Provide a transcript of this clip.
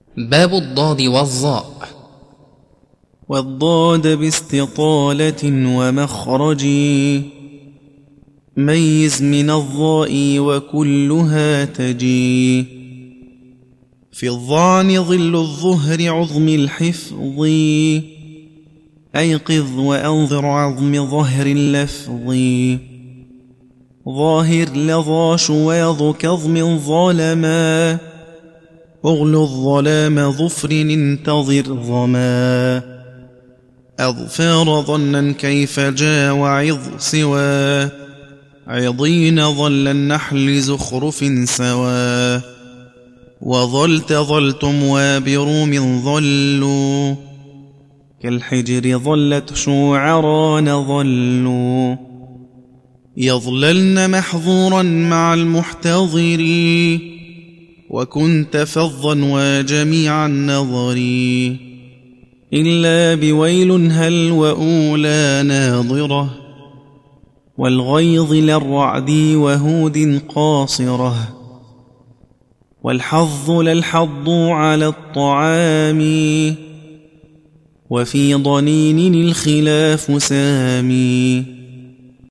باب الضاد والظاء. والضاد باستطالة ومخرج، ميز من الضاء وكلها تجي. في الظعن ظل الظهر عظم الحفظ، أيقظ وأنظر عظم ظهر اللفظ. ظاهر لظى شواظ كظم ظالما، أغلو الظلام ظفر انتظر ظما. أظفار ظنا كيف جا وعظ سوى، عضين ظل النحل زخرف سوى. ظلتم وابروم ظلوا، كالحجر ظلت شوعران ظلوا. يظللن محظورا مع المحتضر، وكنت فظا وجميع النظر. إلا بويل هل وأولى ناظرة، والغيظ للرعد وهود قاصرة. والحظ للحظ على الطعام، وفي ضنين الخلاف سامي.